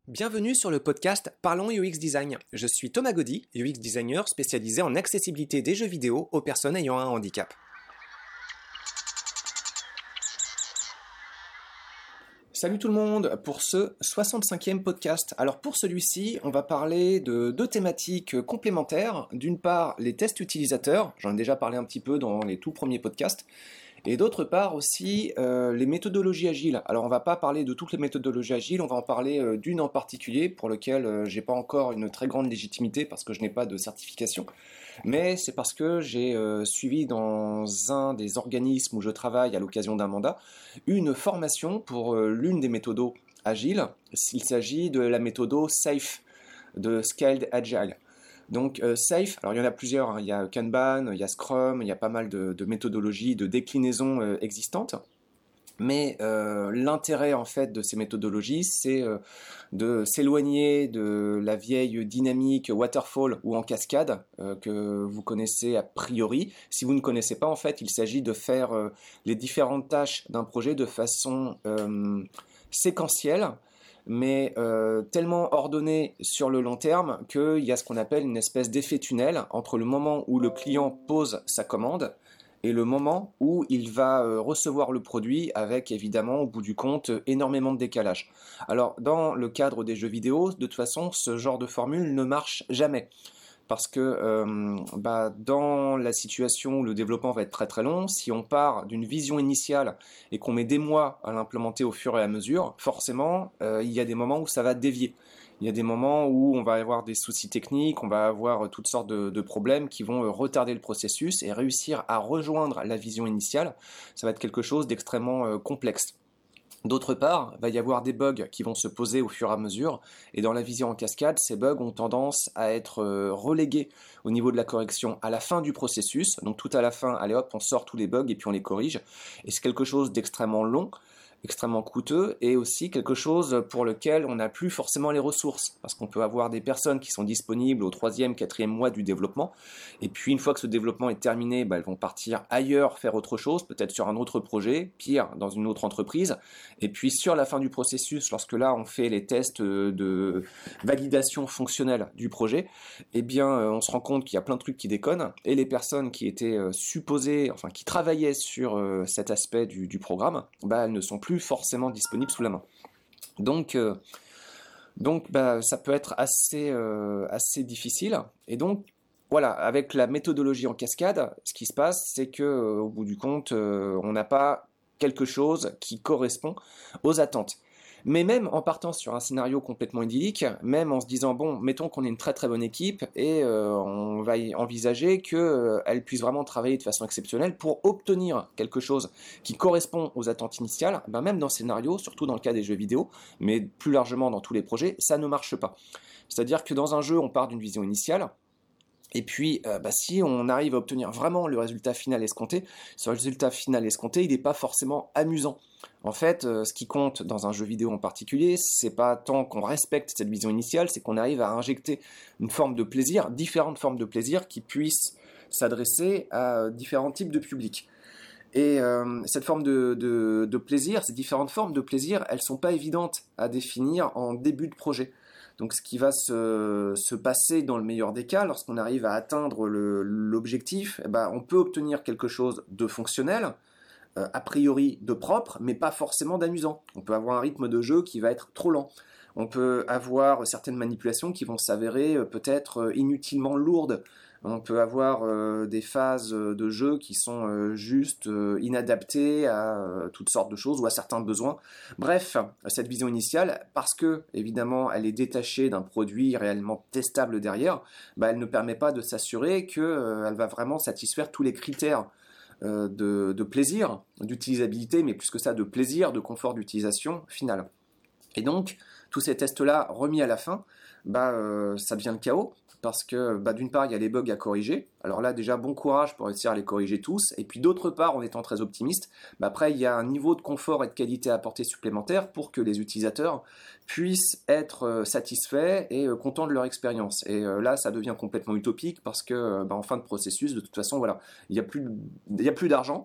Bienvenue sur le podcast Parlons UX Design. Je suis Thomas Gaudy, UX designer spécialisé en accessibilité des jeux vidéo aux personnes ayant un handicap. Salut tout le monde pour ce 65e podcast. Alors pour celui-ci, on va parler de deux thématiques complémentaires. D'une part, les tests utilisateurs, j'en ai déjà parlé un petit peu dans les tout premiers podcasts, et d'autre part aussi les méthodologies agiles. Alors on va pas parler de toutes les méthodologies agiles, on va en parler d'une en particulier pour laquelle j'ai pas encore une très grande légitimité parce que je n'ai pas de certification. Mais c'est parce que j'ai suivi dans un des organismes où je travaille à l'occasion d'un mandat une formation pour l'une des méthodos agiles. Il s'agit de la méthode SAFe, de Scaled Agile. Donc SAFe, alors il y en a plusieurs, hein. Il y a Kanban, il y a Scrum, il y a pas mal de méthodologies, de déclinaisons existantes. Mais l'intérêt en fait de ces méthodologies, c'est de s'éloigner de la vieille dynamique waterfall ou en cascade que vous connaissez a priori. Si vous ne connaissez pas, en fait, il s'agit de faire les différentes tâches d'un projet de façon séquentielle, mais tellement ordonnée sur le long terme qu'il y a ce qu'on appelle une espèce d'effet tunnel entre le moment où le client pose sa commande et le moment où il va recevoir le produit avec évidemment au bout du compte énormément de décalage. Alors dans le cadre des jeux vidéo, de toute façon ce genre de formule ne marche jamais. Parce que dans la situation où le développement va être très très long, si on part d'une vision initiale et qu'on met des mois à l'implémenter au fur et à mesure, forcément il y a des moments où ça va dévier. Il y a des moments où on va avoir des soucis techniques, on va avoir toutes sortes de problèmes qui vont retarder le processus et réussir à rejoindre la vision initiale, ça va être quelque chose d'extrêmement complexe. D'autre part, il va y avoir des bugs qui vont se poser au fur et à mesure, et dans la vision en cascade, ces bugs ont tendance à être relégués au niveau de la correction à la fin du processus, donc tout à la fin, allez hop, on sort tous les bugs et puis on les corrige, et c'est quelque chose d'extrêmement long, extrêmement coûteux, et aussi quelque chose pour lequel on n'a plus forcément les ressources, parce qu'on peut avoir des personnes qui sont disponibles au 3e, 4e mois du développement, et puis une fois que ce développement est terminé, elles vont partir ailleurs faire autre chose, peut-être sur un autre projet, pire, dans une autre entreprise, et puis sur la fin du processus, lorsque là on fait les tests de validation fonctionnelle du projet, eh bien on se rend compte qu'il y a plein de trucs qui déconnent, et les personnes qui étaient supposées, enfin qui travaillaient sur cet aspect du programme, elles ne sont plus forcément disponible sous la main. Donc ça peut être assez difficile. Et donc, voilà, avec la méthodologie en cascade, ce qui se passe, c'est que au bout du compte, on n'a pas quelque chose qui correspond aux attentes. Mais même en partant sur un scénario complètement idyllique, même en se disant, bon, mettons qu'on est une très très bonne équipe et on va y envisager qu'elle puisse vraiment travailler de façon exceptionnelle pour obtenir quelque chose qui correspond aux attentes initiales, même dans ce scénario, surtout dans le cas des jeux vidéo, mais plus largement dans tous les projets, ça ne marche pas. C'est-à-dire que dans un jeu, on part d'une vision initiale, et puis, si on arrive à obtenir vraiment le résultat final escompté, ce résultat final escompté, il n'est pas forcément amusant. En fait, ce qui compte dans un jeu vidéo en particulier, c'est pas tant qu'on respecte cette vision initiale, c'est qu'on arrive à injecter une forme de plaisir, différentes formes de plaisir qui puissent s'adresser à différents types de publics. Et cette forme de plaisir, ces différentes formes de plaisir, elles sont pas évidentes à définir en début de projet. Donc ce qui va se passer dans le meilleur des cas, lorsqu'on arrive à atteindre l'objectif, on peut obtenir quelque chose de fonctionnel, a priori de propre, mais pas forcément d'amusant. On peut avoir un rythme de jeu qui va être trop lent. On peut avoir certaines manipulations qui vont s'avérer peut-être inutilement lourdes. On peut avoir des phases de jeu qui sont juste inadaptées à toutes sortes de choses ou à certains besoins. Bref, cette vision initiale, parce que évidemment elle est détachée d'un produit réellement testable derrière, elle ne permet pas de s'assurer qu'elle va vraiment satisfaire tous les critères de plaisir, d'utilisabilité, mais plus que ça de plaisir, de confort d'utilisation final. Et donc, tous ces tests-là remis à la fin, ça devient le chaos, parce que d'une part, il y a les bugs à corriger. Alors là, déjà, bon courage pour réussir à les corriger tous. Et puis d'autre part, en étant très optimiste, après, il y a un niveau de confort et de qualité à apporter supplémentaire pour que les utilisateurs puissent être satisfaits et contents de leur expérience. Et là, ça devient complètement utopique parce que en fin de processus, de toute façon, voilà, il y a plus d'argent.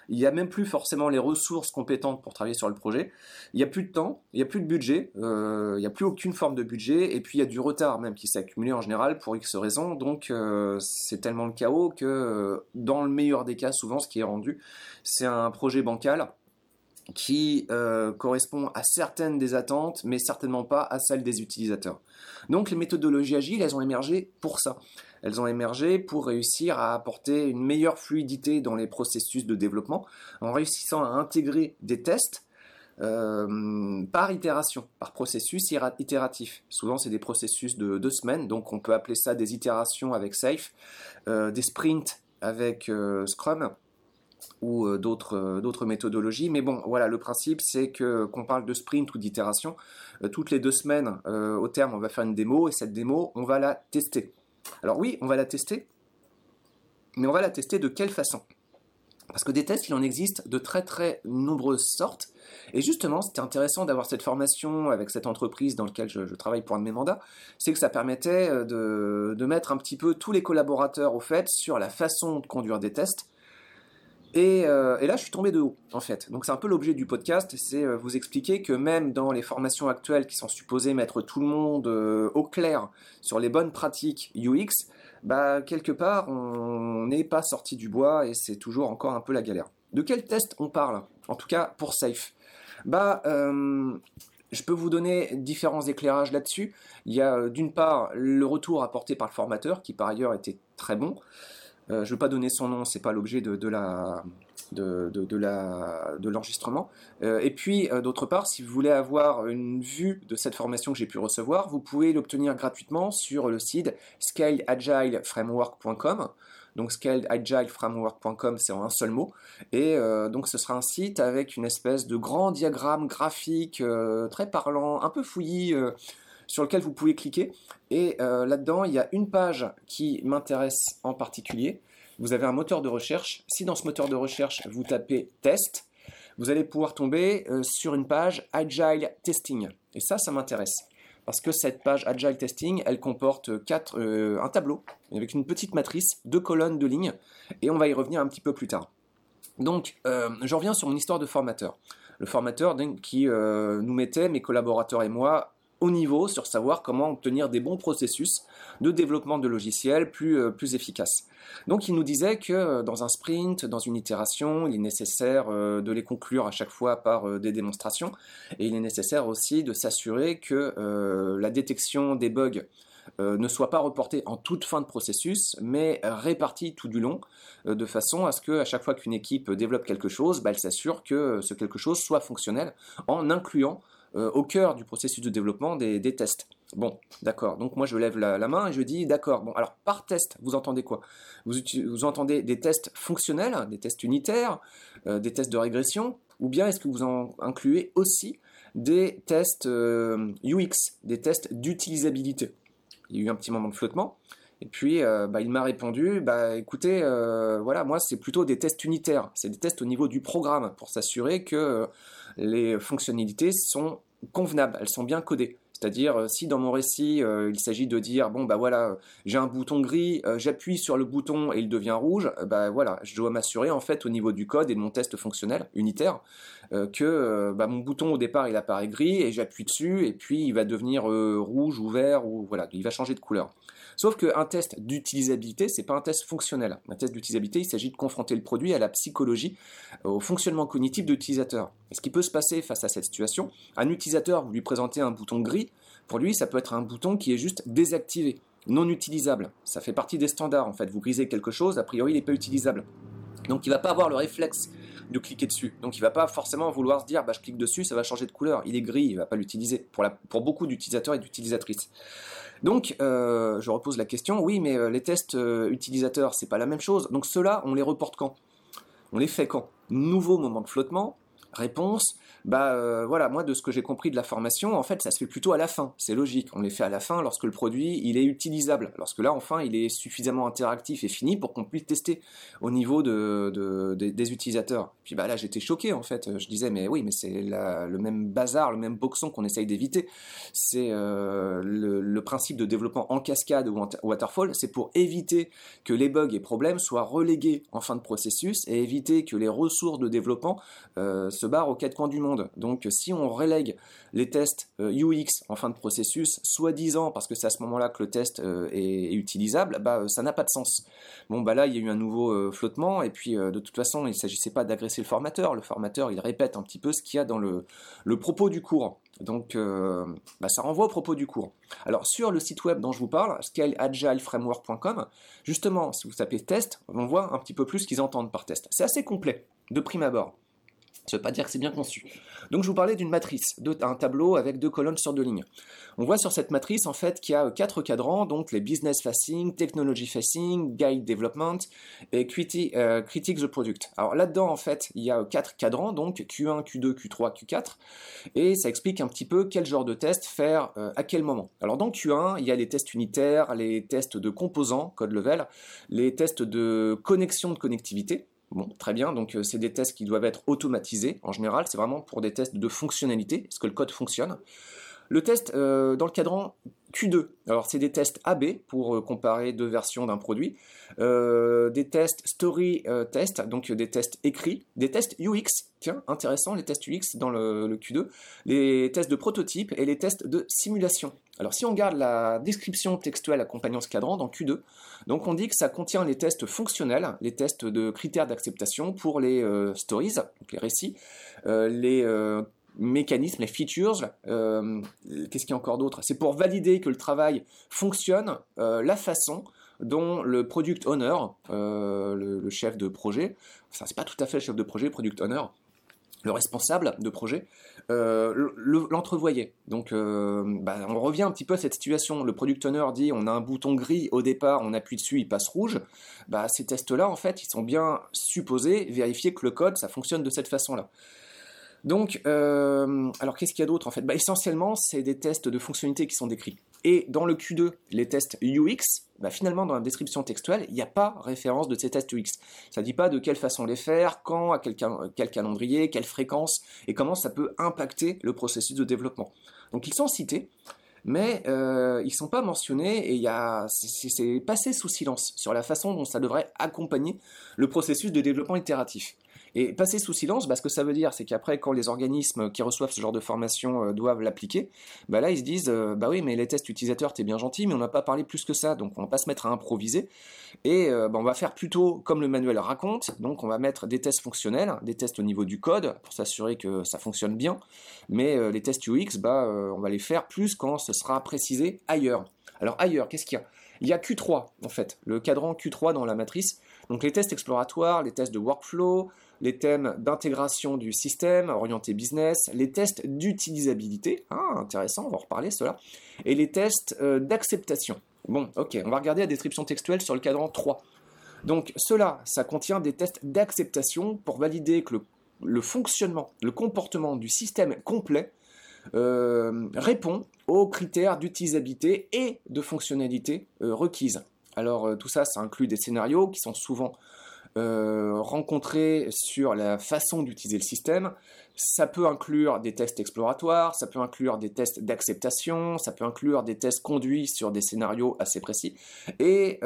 Il n'y a même plus forcément les ressources compétentes pour travailler sur le projet. Il n'y a plus de temps, il n'y a plus de budget, il n'y a plus aucune forme de budget, et puis il y a du retard même qui s'est accumulé en général pour X raisons. Donc c'est tellement le chaos que dans le meilleur des cas, souvent ce qui est rendu, c'est un projet bancal qui correspond à certaines des attentes, mais certainement pas à celles des utilisateurs. Donc les méthodologies agiles, elles ont émergé pour ça. Elles ont émergé pour réussir à apporter une meilleure fluidité dans les processus de développement, en réussissant à intégrer des tests par itération, par processus itératif. Souvent, c'est des processus de 2 semaines, donc on peut appeler ça des itérations avec Safe, des sprints avec Scrum, ou d'autres méthodologies. Mais bon, voilà, le principe, c'est qu'on parle de sprint ou d'itération. Toutes les 2 semaines, au terme, on va faire une démo, et cette démo, on va la tester. Alors oui, on va la tester, mais on va la tester de quelle façon ? Parce que des tests, il en existe de très très nombreuses sortes. Et justement, c'était intéressant d'avoir cette formation avec cette entreprise dans laquelle je travaille pour un de mes mandats. C'est que ça permettait de mettre un petit peu tous les collaborateurs au fait sur la façon de conduire des tests. Et là, je suis tombé de haut, en fait. Donc, c'est un peu l'objet du podcast, c'est vous expliquer que même dans les formations actuelles qui sont supposées mettre tout le monde au clair sur les bonnes pratiques UX, bah, quelque part, on n'est pas sorti du bois et c'est toujours encore un peu la galère. De quel test on parle ? En tout cas, pour Safe. Bah, je peux vous donner différents éclairages là-dessus. Il y a d'une part le retour apporté par le formateur, qui par ailleurs était très bon. Je ne veux pas donner son nom, c'est pas l'objet de l'enregistrement. Et puis, d'autre part, si vous voulez avoir une vue de cette formation que j'ai pu recevoir, vous pouvez l'obtenir gratuitement sur le site scaleagileframework.com. Donc, scaleagileframework.com, c'est en un seul mot. Et donc, ce sera un site avec une espèce de grand diagramme graphique très parlant, un peu fouillis, sur lequel vous pouvez cliquer. Et là-dedans, il y a une page qui m'intéresse en particulier. Vous avez un moteur de recherche. Si dans ce moteur de recherche, vous tapez test, vous allez pouvoir tomber sur une page Agile Testing. Et ça m'intéresse. Parce que cette page Agile Testing, elle comporte un tableau avec une petite matrice, 2 colonnes, 2 lignes. Et on va y revenir un petit peu plus tard. Donc, je reviens sur mon histoire de formateur. Le formateur qui nous mettait, mes collaborateurs et moi, au niveau sur savoir comment obtenir des bons processus de développement de logiciels plus efficaces. Donc il nous disait que dans un sprint, dans une itération, il est nécessaire de les conclure à chaque fois par des démonstrations, et il est nécessaire aussi de s'assurer que la détection des bugs ne soit pas reportée en toute fin de processus, mais répartie tout du long, de façon à ce qu'à chaque fois qu'une équipe développe quelque chose, elle s'assure que ce quelque chose soit fonctionnel en incluant au cœur du processus de développement des tests. Bon, d'accord, donc moi je lève la main et je dis d'accord. Bon, alors par test, vous entendez quoi ? Vous entendez des tests fonctionnels, des tests unitaires, des tests de régression, ou bien est-ce que vous en incluez aussi des tests UX, des tests d'utilisabilité ? Il y a eu un petit moment de flottement. Et puis, il m'a répondu, écoutez, voilà, moi, c'est plutôt des tests unitaires. C'est des tests au niveau du programme pour s'assurer que les fonctionnalités sont convenables, elles sont bien codées. C'est-à-dire, si dans mon récit, il s'agit de dire, voilà, j'ai un bouton gris, j'appuie sur le bouton et il devient rouge, voilà, je dois m'assurer, en fait, au niveau du code et de mon test fonctionnel unitaire, que mon bouton, au départ, il apparaît gris et j'appuie dessus et puis il va devenir rouge ou vert, ou voilà, il va changer de couleur. Sauf qu'un test d'utilisabilité, c'est pas un test fonctionnel. Un test d'utilisabilité, il s'agit de confronter le produit à la psychologie, au fonctionnement cognitif de l'utilisateur. Et ce qui peut se passer face à cette situation, un utilisateur, vous lui présentez un bouton gris, pour lui, ça peut être un bouton qui est juste désactivé, non utilisable. Ça fait partie des standards, en fait. Vous grisez quelque chose, a priori, il n'est pas utilisable. Donc, il ne va pas avoir le réflexe de cliquer dessus. Donc, il ne va pas forcément vouloir se dire, je clique dessus, ça va changer de couleur. Il est gris, il ne va pas l'utiliser, pour beaucoup d'utilisateurs et d'utilisatrices. Donc, je repose la question, oui, mais les tests utilisateurs, c'est pas la même chose. Donc, ceux-là, on les reporte quand ? On les fait quand ? Nouveau moment de flottement. Réponse, voilà, moi de ce que j'ai compris de la formation, en fait ça se fait plutôt à la fin, c'est logique, on les fait à la fin lorsque le produit il est utilisable, lorsque là enfin il est suffisamment interactif et fini pour qu'on puisse tester au niveau des utilisateurs. Puis là j'étais choqué en fait, je disais mais oui mais c'est le même bazar, le même boxon qu'on essaye d'éviter, c'est le principe de développement en cascade ou en waterfall, c'est pour éviter que les bugs et problèmes soient relégués en fin de processus et éviter que les ressources de développement se barrent aux quatre coins du monde. Donc si on relègue les tests UX en fin de processus, soi-disant parce que c'est à ce moment-là que le test est utilisable, ça n'a pas de sens. Bon là il y a eu un nouveau flottement et puis de toute façon il ne s'agissait pas d'agresser le formateur il répète un petit peu ce qu'il y a dans le propos du cours. Donc ça renvoie au propos du cours. Alors sur le site web dont je vous parle, scaleagileframework.com, justement si vous tapez test, on voit un petit peu plus ce qu'ils entendent par test. C'est assez complet de prime abord. Ça ne veut pas dire que c'est bien conçu. Donc je vous parlais d'une matrice, un tableau avec 2 colonnes sur 2 lignes. On voit sur cette matrice en fait qu'il y a 4 cadrans, donc les business facing, technology facing, guide development et critique the product. Alors là-dedans en fait il y a 4 cadrans, donc Q1, Q2, Q3, Q4, et ça explique un petit peu quel genre de test faire à quel moment. Alors dans Q1 il y a les tests unitaires, les tests de composants, code level, les tests de connexion de connectivité. Bon, très bien, donc c'est des tests qui doivent être automatisés en général, c'est vraiment pour des tests de fonctionnalité, est-ce que le code fonctionne. Le test dans le cadran Q2, alors c'est des tests AB pour comparer 2 versions d'un produit, des tests story test, donc des tests écrits, des tests UX, tiens, intéressant les tests UX dans le Q2, les tests de prototype et les tests de simulation. Alors si on regarde la description textuelle accompagnant ce cadran dans Q2, donc on dit que ça contient les tests fonctionnels, les tests de critères d'acceptation pour les stories, donc les récits, les mécanismes, les features, qu'est-ce qu'il y a encore d'autre? C'est pour valider que le travail fonctionne, la façon dont le product owner, le chef de projet, enfin c'est pas tout à fait le chef de projet, product owner, le responsable de projet, l'entrevoyait. Donc on revient un petit peu à cette situation. Le product owner dit on a un bouton gris au départ, on appuie dessus, il passe rouge. Ces tests-là, en fait, ils sont bien supposés vérifier que le code, ça fonctionne de cette façon-là. Donc, alors qu'est-ce qu'il y a d'autre en fait? Essentiellement, c'est des tests de fonctionnalité qui sont décrits. Et dans le Q2, les tests UX, finalement, dans la description textuelle, il n'y a pas référence de ces tests UX. Ça ne dit pas de quelle façon les faire, quand, à quel calendrier, quelle fréquence, et comment ça peut impacter le processus de développement. Donc, ils sont cités, mais ils ne sont pas mentionnés, et c'est passé sous silence sur la façon dont ça devrait accompagner le processus de développement itératif. Et passer sous silence, ce que ça veut dire, c'est qu'après, quand les organismes qui reçoivent ce genre de formation doivent l'appliquer, là, ils se disent, oui, mais les tests utilisateurs, t'es bien gentil, mais on n'a pas parlé plus que ça, donc on va pas se mettre à improviser, et on va faire plutôt comme le manuel raconte, donc on va mettre des tests fonctionnels, des tests au niveau du code, pour s'assurer que ça fonctionne bien, mais les tests UX, on va les faire plus quand ce sera précisé ailleurs. Alors ailleurs, qu'est-ce qu'il y a? Il y a Q3, en fait, le cadran Q3 dans la matrice, donc les tests exploratoires, les tests de workflow, les thèmes d'intégration du système, orienté business, les tests d'utilisabilité, intéressant, on va en reparler cela, et les tests d'acceptation. Bon, ok, on va regarder la description textuelle sur le cadran 3. Donc cela, ça contient des tests d'acceptation pour valider que le fonctionnement, le comportement du système complet répond aux critères d'utilisabilité et de fonctionnalité requises. Alors tout ça, ça inclut des scénarios qui sont souvent rencontrés sur la façon d'utiliser le système. Ça peut inclure des tests exploratoires, ça peut inclure des tests d'acceptation, ça peut inclure des tests conduits sur des scénarios assez précis, et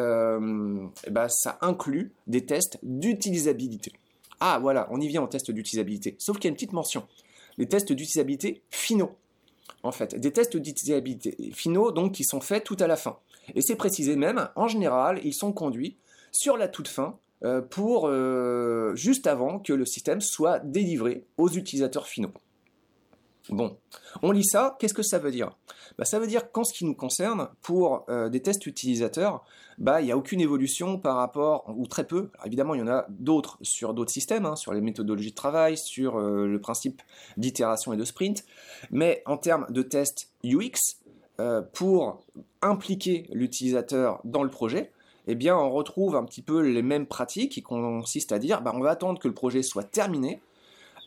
ça inclut des tests d'utilisabilité. Ah voilà, on y vient aux tests d'utilisabilité, sauf qu'il y a une petite mention. Les tests d'utilisabilité finaux, en fait, des tests d'utilisabilité finaux donc qui sont faits tout à la fin. Et c'est précisé même, en général, ils sont conduits sur la toute fin, pour juste avant que le système soit délivré aux utilisateurs finaux. Bon, on lit ça, qu'est-ce que ça veut dire? Ça veut dire qu'en ce qui nous concerne, pour des tests utilisateurs, il n'y a aucune évolution par rapport, ou très peu, alors évidemment il y en a d'autres sur d'autres systèmes, sur les méthodologies de travail, sur le principe d'itération et de sprint, mais en termes de tests UX, pour impliquer l'utilisateur dans le projet, on retrouve un petit peu les mêmes pratiques qui consistent à dire on va attendre que le projet soit terminé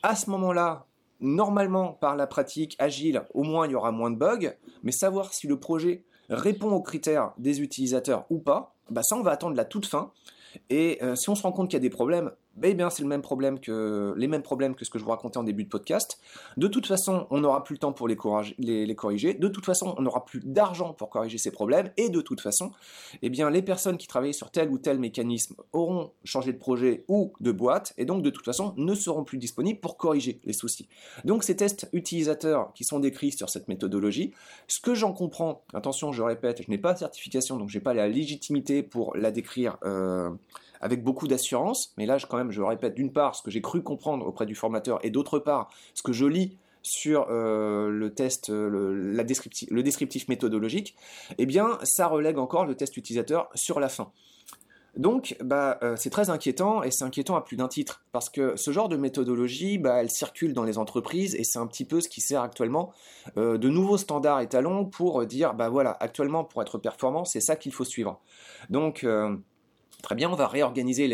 À ce moment-là, normalement, par la pratique agile, au moins il y aura moins de bugs, mais savoir si le projet répond aux critères des utilisateurs ou pas, ça on va attendre la toute fin. Et si on se rend compte qu'il y a des problèmes, eh bien c'est les mêmes problèmes que ce que je vous racontais en début de podcast. De toute façon, on n'aura plus le temps pour les corriger. De toute façon, on n'aura plus d'argent pour corriger ces problèmes. Et de toute façon, eh bien les personnes qui travaillaient sur tel ou tel mécanisme auront changé de projet ou de boîte, et donc de toute façon ne seront plus disponibles pour corriger les soucis. Donc ces tests utilisateurs qui sont décrits sur cette méthodologie, ce que j'en comprends, attention je répète, je n'ai pas de certification, donc je n'ai pas la légitimité pour la décrire avec beaucoup d'assurance, mais là je répète, d'une part ce que j'ai cru comprendre auprès du formateur, et d'autre part ce que je lis sur le test, le descriptif méthodologique, eh bien ça relègue encore le test utilisateur sur la fin. Donc c'est très inquiétant, et c'est inquiétant à plus d'un titre, parce que ce genre de méthodologie, elle circule dans les entreprises, et c'est un petit peu ce qui sert actuellement de nouveaux standards étalons pour dire, voilà, actuellement pour être performant, c'est ça qu'il faut suivre. Donc très bien, on va réorganiser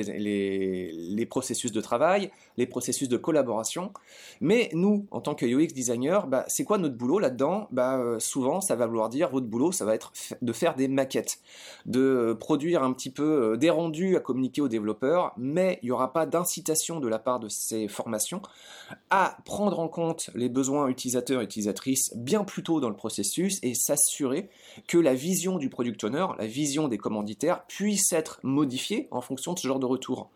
les processus de travail, les processus de collaboration, mais nous, en tant que UX designer, c'est quoi notre boulot là-dedans ? Souvent, ça va vouloir dire, votre boulot, ça va être de faire des maquettes, de produire un petit peu des rendus à communiquer aux développeurs, mais il n'y aura pas d'incitation de la part de ces formations à prendre en compte les besoins utilisateurs et utilisatrices bien plus tôt dans le processus, et s'assurer que la vision du product owner, la vision des commanditaires, puisse être modifiée en fonction de ce genre de retour.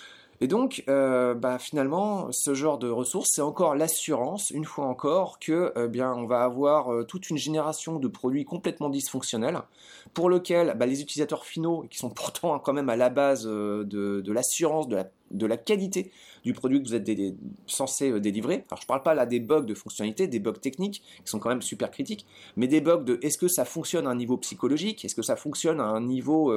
Et donc, finalement, ce genre de ressources, c'est encore l'assurance, une fois encore, que on va avoir toute une génération de produits complètement dysfonctionnels, pour lesquels les utilisateurs finaux, qui sont pourtant quand même à la base de l'assurance, de la qualité du produit que vous êtes censé délivrer. Alors je ne parle pas là des bugs de fonctionnalité, des bugs techniques, qui sont quand même super critiques, mais des bugs de est-ce que ça fonctionne à un niveau psychologique, est-ce que ça fonctionne à un niveau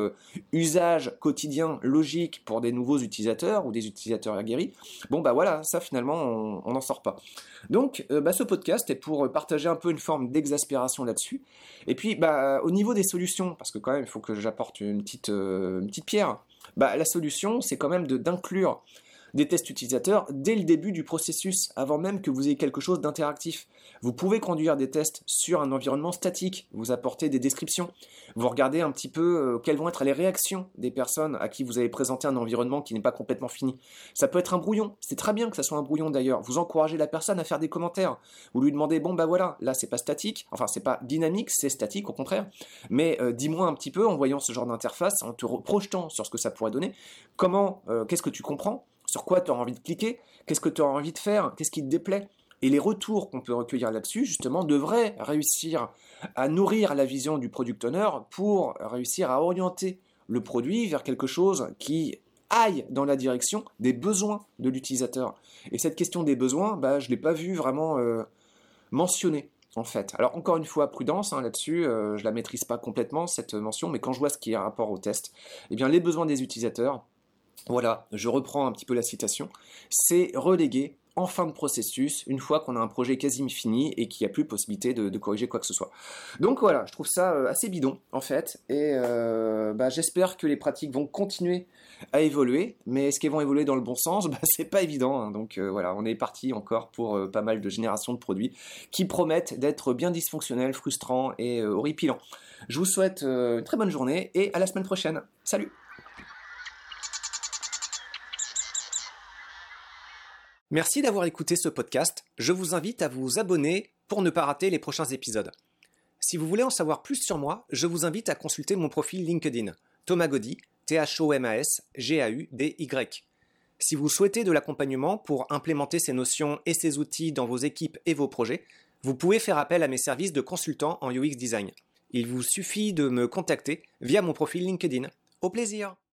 usage quotidien logique pour des nouveaux utilisateurs ou des utilisateurs aguerris. Voilà, ça finalement on n'en sort pas. Donc ce podcast est pour partager un peu une forme d'exaspération là-dessus. Et puis au niveau des solutions, parce que quand même il faut que j'apporte une petite pierre, la solution c'est quand même d'inclure des tests utilisateurs dès le début du processus, avant même que vous ayez quelque chose d'interactif. Vous pouvez conduire des tests sur un environnement statique, vous apportez des descriptions, vous regardez un petit peu quelles vont être les réactions des personnes à qui vous avez présenté un environnement qui n'est pas complètement fini. Ça peut être un brouillon, c'est très bien que ça soit un brouillon d'ailleurs. Vous encouragez la personne à faire des commentaires, vous lui demandez voilà, là c'est pas statique, enfin c'est pas dynamique, c'est statique au contraire, mais dis-moi un petit peu en voyant ce genre d'interface, en te projetant sur ce que ça pourrait donner, qu'est-ce que tu comprends ? Sur quoi tu as envie de cliquer, qu'est-ce que tu as envie de faire, qu'est-ce qui te déplaît. Et les retours qu'on peut recueillir là-dessus, justement, devraient réussir à nourrir la vision du product owner pour réussir à orienter le produit vers quelque chose qui aille dans la direction des besoins de l'utilisateur. Et cette question des besoins, je ne l'ai pas vu vraiment mentionnée, en fait. Alors, encore une fois, prudence là-dessus, je ne la maîtrise pas complètement, cette mention, mais quand je vois ce qui est rapport au test, les besoins des utilisateurs, voilà, je reprends un petit peu la citation, c'est relégué en fin de processus, une fois qu'on a un projet quasi fini et qu'il n'y a plus possibilité de corriger quoi que ce soit. Donc voilà, je trouve ça assez bidon en fait, et j'espère que les pratiques vont continuer à évoluer, mais est-ce qu'elles vont évoluer dans le bon sens ? C'est pas évident, hein. Donc voilà, on est parti encore pour pas mal de générations de produits qui promettent d'être bien dysfonctionnels, frustrants et horripilants. Je vous souhaite une très bonne journée et à la semaine prochaine. Salut! Merci d'avoir écouté ce podcast. Je vous invite à vous abonner pour ne pas rater les prochains épisodes. Si vous voulez en savoir plus sur moi, je vous invite à consulter mon profil LinkedIn, Thomas Gaudy, ThomasGaudy. Si vous souhaitez de l'accompagnement pour implémenter ces notions et ces outils dans vos équipes et vos projets, vous pouvez faire appel à mes services de consultant en UX Design. Il vous suffit de me contacter via mon profil LinkedIn. Au plaisir!